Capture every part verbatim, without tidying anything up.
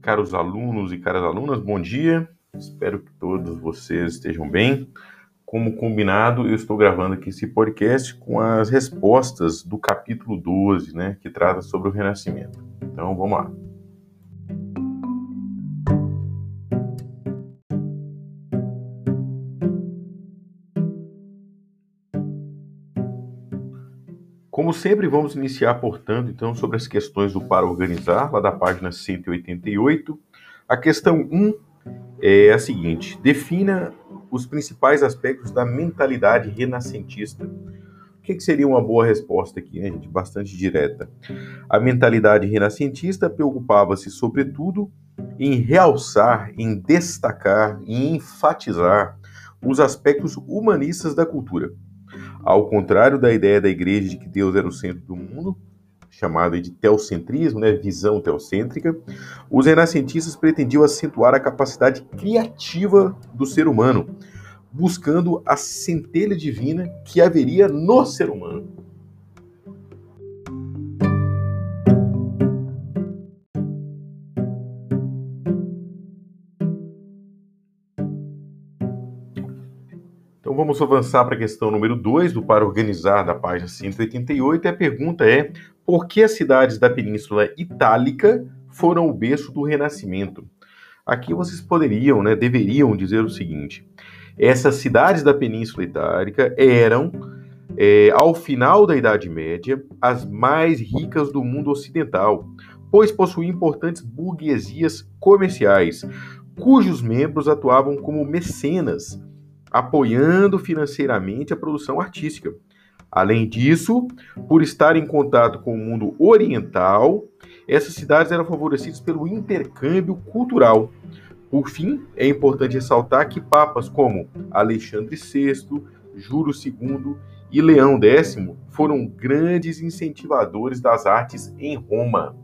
Caros alunos e caras alunas, bom dia. Espero que todos vocês estejam bem. Como combinado, eu estou gravando aqui esse podcast com as respostas do capítulo doze, né, que trata sobre o Renascimento. Então, vamos lá. Como sempre, vamos iniciar, portanto, então, sobre as questões do Para Organizar, lá da página cento e oitenta e oito. A questão um é a seguinte: defina os principais aspectos da mentalidade renascentista. O que, que seria uma boa resposta aqui, né, gente? Bastante direta. A mentalidade renascentista preocupava-se, sobretudo, em realçar, em destacar, em enfatizar os aspectos humanistas da cultura. Ao contrário da ideia da igreja de que Deus era o centro do mundo, chamada de teocentrismo, né, visão teocêntrica, os renascentistas pretendiam acentuar a capacidade criativa do ser humano, buscando a centelha divina que haveria no ser humano. Então vamos avançar para a questão número dois do Para Organizar, da página cento e oitenta e oito, e a pergunta é: por que as cidades da Península Itálica foram o berço do Renascimento? Aqui vocês poderiam, né, deveriam dizer o seguinte: essas cidades da Península Itálica eram, é, ao final da Idade Média, as mais ricas do mundo ocidental, pois possuíam importantes burguesias comerciais, cujos membros atuavam como mecenas, apoiando financeiramente a produção artística. Além disso, por estar em contato com o mundo oriental, essas cidades eram favorecidas pelo intercâmbio cultural. Por fim, é importante ressaltar que papas como Alexandre sexto, Júlio segundo e Leão décimo foram grandes incentivadores das artes em Roma.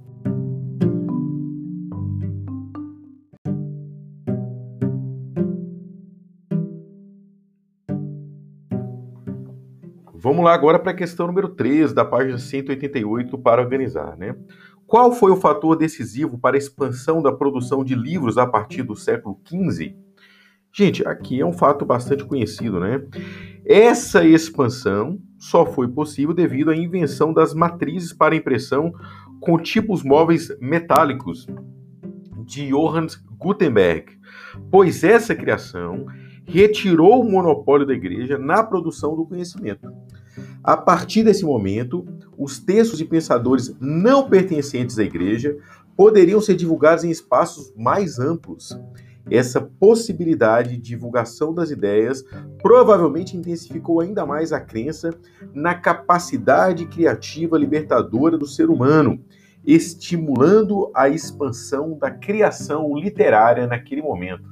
Vamos lá agora para a questão número três, da página cento e oitenta e oito, Para Organizar, né? Qual foi o fator decisivo para a expansão da produção de livros a partir do século quinze? Gente, aqui é um fato bastante conhecido, né? Essa expansão só foi possível devido à invenção das matrizes para impressão com tipos móveis metálicos de Johannes Gutenberg, pois essa criação retirou o monopólio da igreja na produção do conhecimento. A partir desse momento, os textos de pensadores não pertencentes à igreja poderiam ser divulgados em espaços mais amplos. Essa possibilidade de divulgação das ideias provavelmente intensificou ainda mais a crença na capacidade criativa libertadora do ser humano, estimulando a expansão da criação literária naquele momento.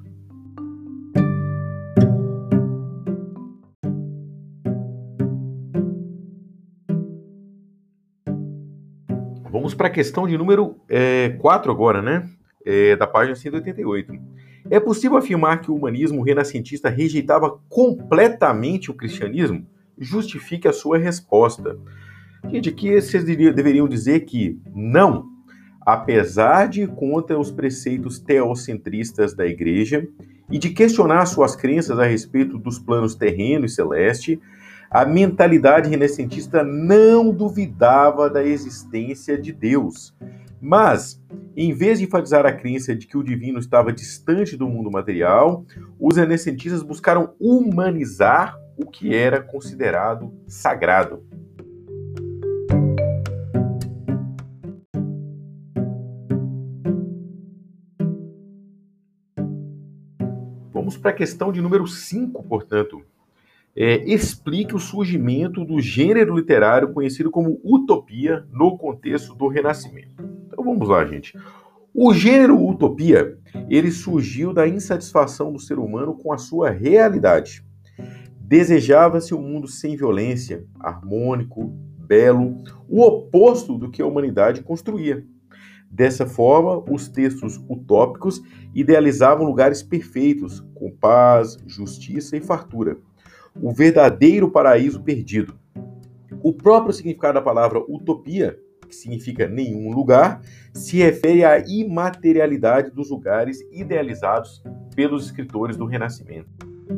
Vamos para a questão de número é, quatro agora, né? É, da página cento e oitenta e oito. É possível afirmar que o humanismo renascentista rejeitava completamente o cristianismo? Justifique a sua resposta. Gente, aqui vocês deveriam dizer que não. Apesar de ir contra os preceitos teocentristas da igreja e de questionar suas crenças a respeito dos planos terreno e celeste, a mentalidade renascentista não duvidava da existência de Deus. Mas, em vez de enfatizar a crença de que o divino estava distante do mundo material, os renascentistas buscaram humanizar o que era considerado sagrado. Vamos para a questão de número cinco, portanto. É, explique o surgimento do gênero literário conhecido como utopia no contexto do Renascimento. Então vamos lá, gente. O gênero utopia, ele surgiu da insatisfação do ser humano com a sua realidade. Desejava-se um mundo sem violência, harmônico, belo, o oposto do que a humanidade construía. Dessa forma, os textos utópicos idealizavam lugares perfeitos, com paz, justiça e fartura. O verdadeiro paraíso perdido. O próprio significado da palavra utopia que significa nenhum lugar, se refere à imaterialidade dos lugares idealizados pelos escritores do Renascimento.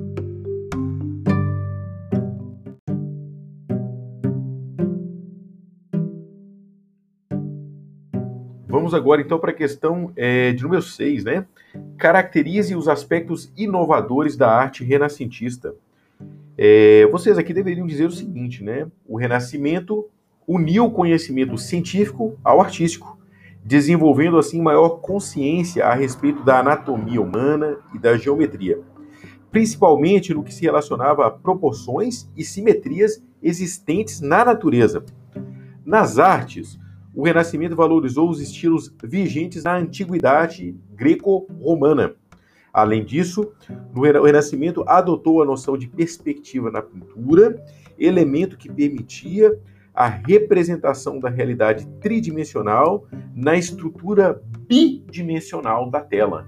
Vamos agora então para a questão é, de número seis, né? Caracterize os aspectos inovadores da arte renascentista. É, vocês aqui deveriam dizer o seguinte, né? O Renascimento uniu o conhecimento científico ao artístico, desenvolvendo assim maior consciência a respeito da anatomia humana e da geometria, principalmente no que se relacionava a proporções e simetrias existentes na natureza. Nas artes, o Renascimento valorizou os estilos vigentes na antiguidade greco-romana. Além disso, o Renascimento adotou a noção de perspectiva na pintura, elemento que permitia a representação da realidade tridimensional na estrutura bidimensional da tela.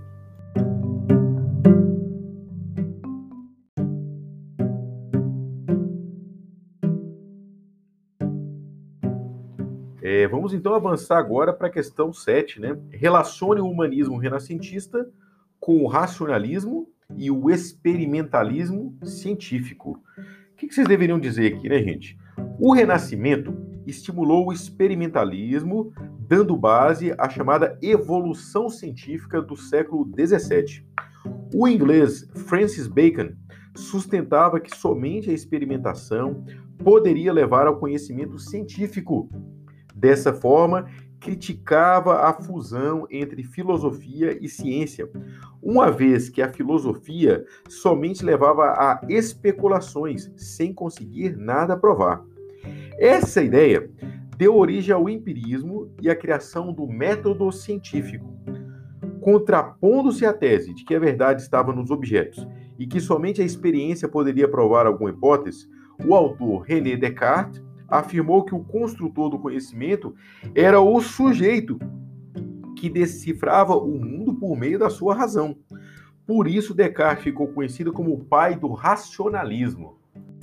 É, vamos então avançar agora para a questão sete, né? Relacione o humanismo renascentista com o racionalismo e o experimentalismo científico. O que vocês deveriam dizer aqui, né, gente? O Renascimento estimulou o experimentalismo, dando base à chamada evolução científica do século dezessete. O inglês Francis Bacon sustentava que somente a experimentação poderia levar ao conhecimento científico. Dessa forma, criticava a fusão entre filosofia e ciência, uma vez que a filosofia somente levava a especulações, sem conseguir nada provar. Essa ideia deu origem ao empirismo e à criação do método científico. Contrapondo-se à tese de que a verdade estava nos objetos e que somente a experiência poderia provar alguma hipótese, o autor René Descartes afirmou que o construtor do conhecimento era o sujeito que decifrava o mundo por meio da sua razão. Por isso, Descartes ficou conhecido como o pai do racionalismo.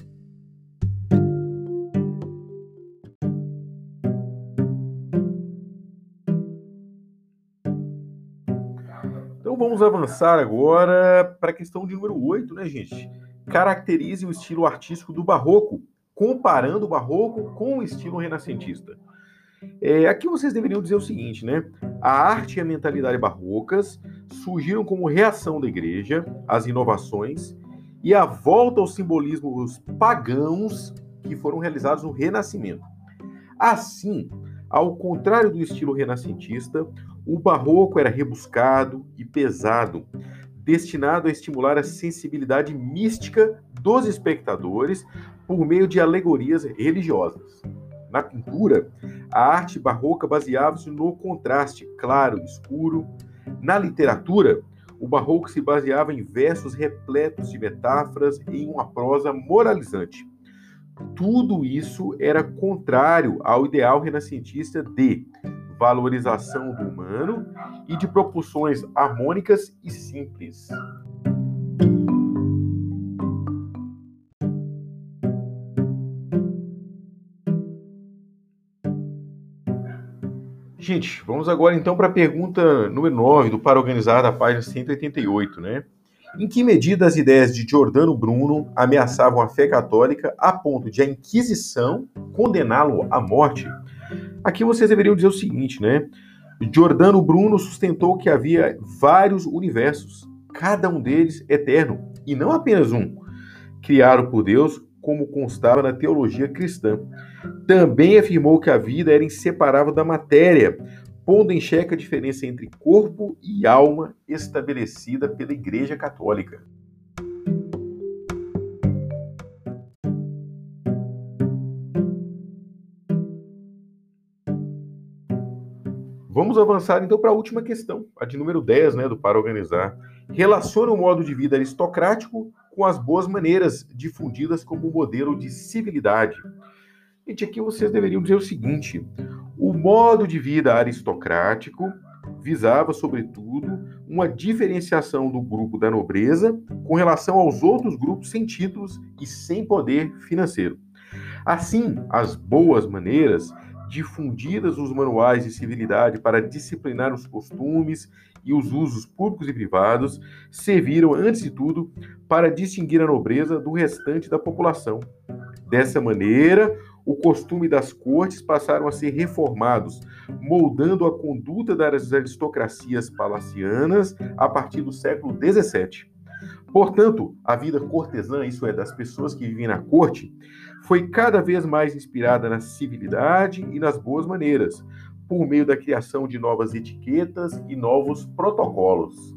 Então vamos avançar agora para a questão de número oito, né, gente? Caracterize o estilo artístico do Barroco, comparando o Barroco com o estilo renascentista. É, aqui vocês deveriam dizer o seguinte, né? A arte e a mentalidade barrocas surgiram como reação da igreja às inovações e à volta aos simbolismos pagãos que foram realizados no Renascimento. Assim, ao contrário do estilo renascentista, o barroco era rebuscado e pesado, destinado a estimular a sensibilidade mística dos espectadores por meio de alegorias religiosas. Na pintura, a arte barroca baseava-se no contraste claro e escuro. Na literatura, o barroco se baseava em versos repletos de metáforas e em uma prosa moralizante. Tudo isso era contrário ao ideal renascentista de valorização do humano e de proporções harmônicas e simples. Gente, vamos agora então para a pergunta número nove do Para Organizar, da página cento e oitenta e oito, né? Em que medida as ideias de Giordano Bruno ameaçavam a fé católica a ponto de a Inquisição condená-lo à morte? Aqui vocês deveriam dizer o seguinte, né? Giordano Bruno sustentou que havia vários universos, cada um deles eterno, e não apenas um, criado por Deus, como constava na teologia cristã. Também afirmou que a vida era inseparável da matéria, pondo em xeque a diferença entre corpo e alma estabelecida pela Igreja Católica. Vamos avançar então para a última questão, a de número dez, né, do Para Organizar. Relaciona o modo de vida aristocrático com as boas maneiras difundidas como modelo de civilidade. Gente, aqui vocês deveriam dizer o seguinte: o modo de vida aristocrático visava, sobretudo, uma diferenciação do grupo da nobreza com relação aos outros grupos sem títulos e sem poder financeiro. Assim, as boas maneiras difundidas nos manuais de civilidade para disciplinar os costumes e os usos públicos e privados, serviram, antes de tudo, para distinguir a nobreza do restante da população. Dessa maneira, o costume das cortes passaram a ser reformados, moldando a conduta das aristocracias palacianas a partir do século dezessete. Portanto, a vida cortesã, isso é, das pessoas que vivem na corte, foi cada vez mais inspirada na civilidade e nas boas maneiras, por meio da criação de novas etiquetas e novos protocolos.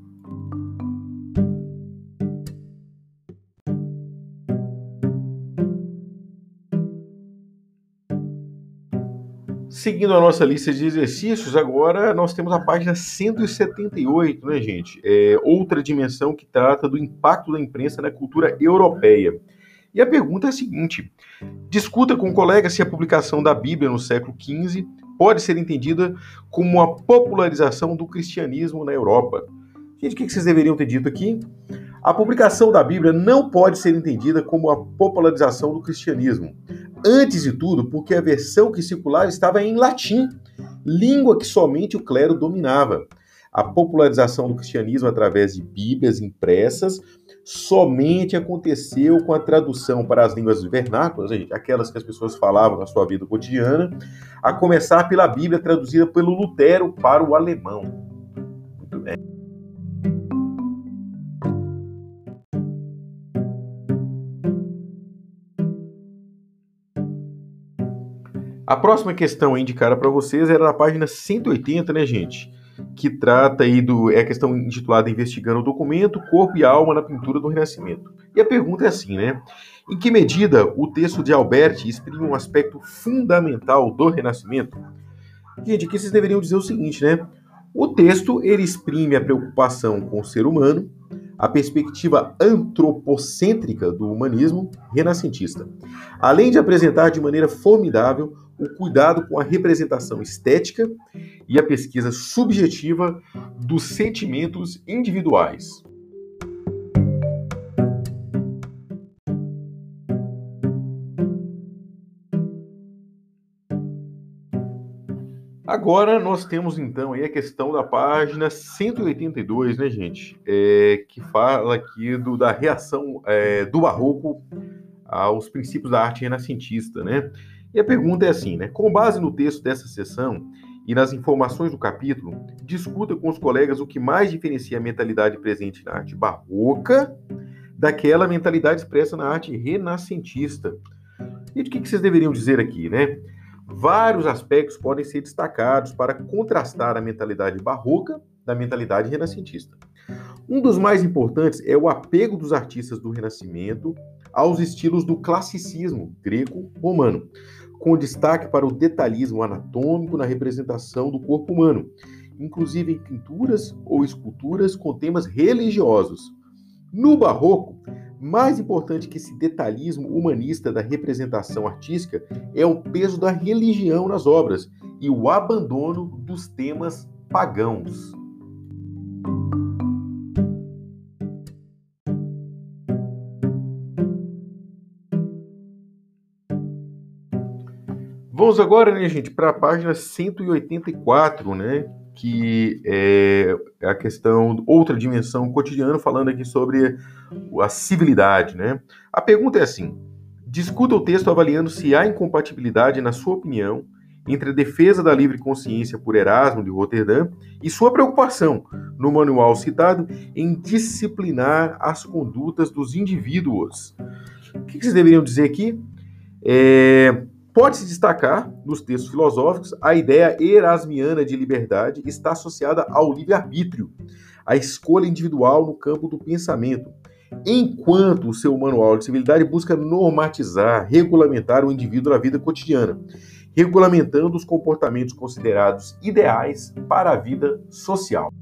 Seguindo a nossa lista de exercícios, agora nós temos a página cento e setenta e oito, né, gente? É outra dimensão que trata do impacto da imprensa na cultura europeia. E a pergunta é a seguinte: discuta com um colega se a publicação da Bíblia no século quinze pode ser entendida como uma popularização do cristianismo na Europa. Gente, o que vocês deveriam ter dito aqui? A publicação da Bíblia não pode ser entendida como a popularização do cristianismo. Antes de tudo, porque a versão que circulava estava em latim, língua que somente o clero dominava. A popularização do cristianismo através de Bíblias impressas somente aconteceu com a tradução para as línguas vernáculas, aquelas que as pessoas falavam na sua vida cotidiana, a começar pela Bíblia traduzida pelo Lutero para o alemão. Muito bem. A próxima questão indicada para vocês era na página cento e oitenta, né, gente? Que trata aí do... é a questão intitulada Investigando o Documento, Corpo e Alma na Pintura do Renascimento. E a pergunta é assim, né? Em que medida o texto de Alberti exprime um aspecto fundamental do Renascimento? Gente, aqui vocês deveriam dizer o seguinte, né? O texto, ele exprime a preocupação com o ser humano, a perspectiva antropocêntrica do humanismo renascentista, além de apresentar de maneira formidável o cuidado com a representação estética e a pesquisa subjetiva dos sentimentos individuais. Agora nós temos então aí a questão da página cento e oitenta e dois, né, gente? É, que fala aqui do, da reação é, do Barroco aos princípios da arte renascentista, né? E a pergunta é assim, né? Com base no texto dessa sessão e nas informações do capítulo, discuta com os colegas o que mais diferencia a mentalidade presente na arte barroca daquela mentalidade expressa na arte renascentista. E o que vocês deveriam dizer aqui, né? Vários aspectos podem ser destacados para contrastar a mentalidade barroca da mentalidade renascentista. Um dos mais importantes é o apego dos artistas do Renascimento aos estilos do classicismo greco-romano, com destaque para o detalhismo anatômico na representação do corpo humano, inclusive em pinturas ou esculturas com temas religiosos. No Barroco, mais importante que esse detalhismo humanista da representação artística é o peso da religião nas obras e o abandono dos temas pagãos. Vamos agora, né, gente, para a página cento e oitenta e quatro, né, que é a questão, outra dimensão cotidiana, falando aqui sobre a civilidade, né? A pergunta é assim: discuta o texto avaliando se há incompatibilidade, na sua opinião, entre a defesa da livre consciência por Erasmo de Roterdã e sua preocupação, no manual citado, em disciplinar as condutas dos indivíduos. O que vocês deveriam dizer aqui? É... Pode-se destacar, nos textos filosóficos, a ideia erasmiana de liberdade está associada ao livre-arbítrio, à escolha individual no campo do pensamento, enquanto o seu manual de civilidade busca normatizar, regulamentar o indivíduo na vida cotidiana, regulamentando os comportamentos considerados ideais para a vida social.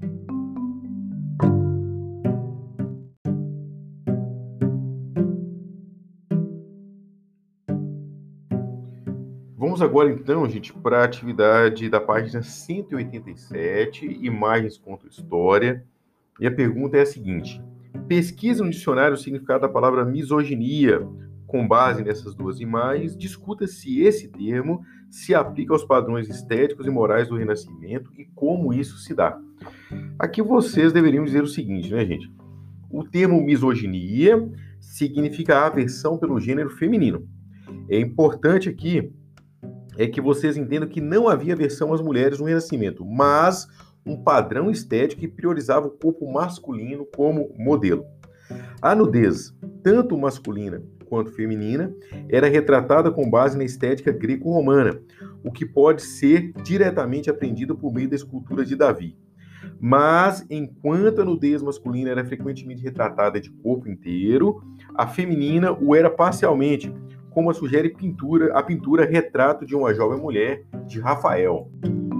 Vamos agora, então, gente, para a atividade da página cento e oitenta e sete, Imagens contra História. E a pergunta é a seguinte: pesquisa no dicionário o significado da palavra misoginia Com base nessas duas imagens, discuta se esse termo se aplica aos padrões estéticos e morais do Renascimento e como isso se dá. Aqui vocês deveriam dizer o seguinte, né, gente? O termo misoginia significa aversão pelo gênero feminino. É importante aqui é que vocês entendam que não havia aversão às mulheres no Renascimento, mas um padrão estético que priorizava o corpo masculino como modelo. A nudez, tanto masculina quanto feminina, era retratada com base na estética greco-romana, o que pode ser diretamente aprendido por meio da escultura de Davi. Mas, enquanto a nudez masculina era frequentemente retratada de corpo inteiro, a feminina o era parcialmente, como a sugere pintura, a pintura Retrato de uma Jovem Mulher, de Rafael.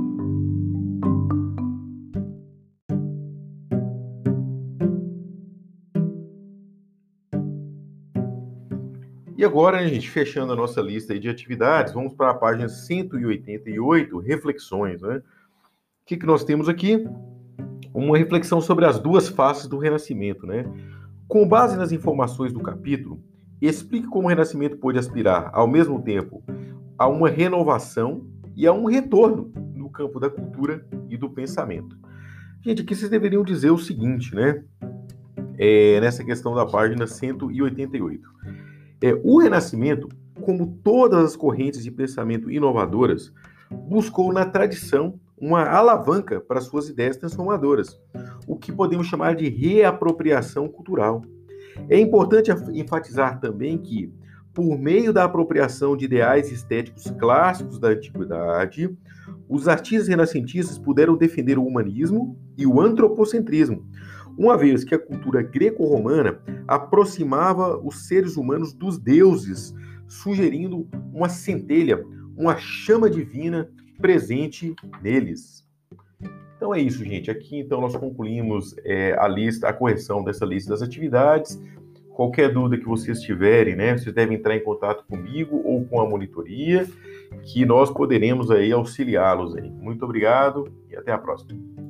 E agora, né, gente, fechando a nossa lista aí de atividades, vamos para a página cento e oitenta e oito, reflexões, né? O que, que nós temos aqui? Uma reflexão sobre as duas faces do Renascimento, né? Com base nas informações do capítulo, explique como o Renascimento pôde aspirar, ao mesmo tempo, a uma renovação e a um retorno no campo da cultura e do pensamento. Gente, aqui vocês deveriam dizer o seguinte, né? É, nessa questão da página cento e oitenta e oito. É, o Renascimento, como todas as correntes de pensamento inovadoras, buscou na tradição uma alavanca para suas ideias transformadoras, o que podemos chamar de reapropriação cultural. É importante enfatizar também que, por meio da apropriação de ideais estéticos clássicos da antiguidade, os artistas renascentistas puderam defender o humanismo e o antropocentrismo, uma vez que a cultura greco-romana aproximava os seres humanos dos deuses, sugerindo uma centelha, uma chama divina presente neles. Então é isso, gente. Aqui, então, nós concluímos é, a lista, a correção dessa lista das atividades. Qualquer dúvida que vocês tiverem, né, vocês devem entrar em contato comigo ou com a monitoria, que nós poderemos aí auxiliá-los aí. Muito obrigado e até a próxima.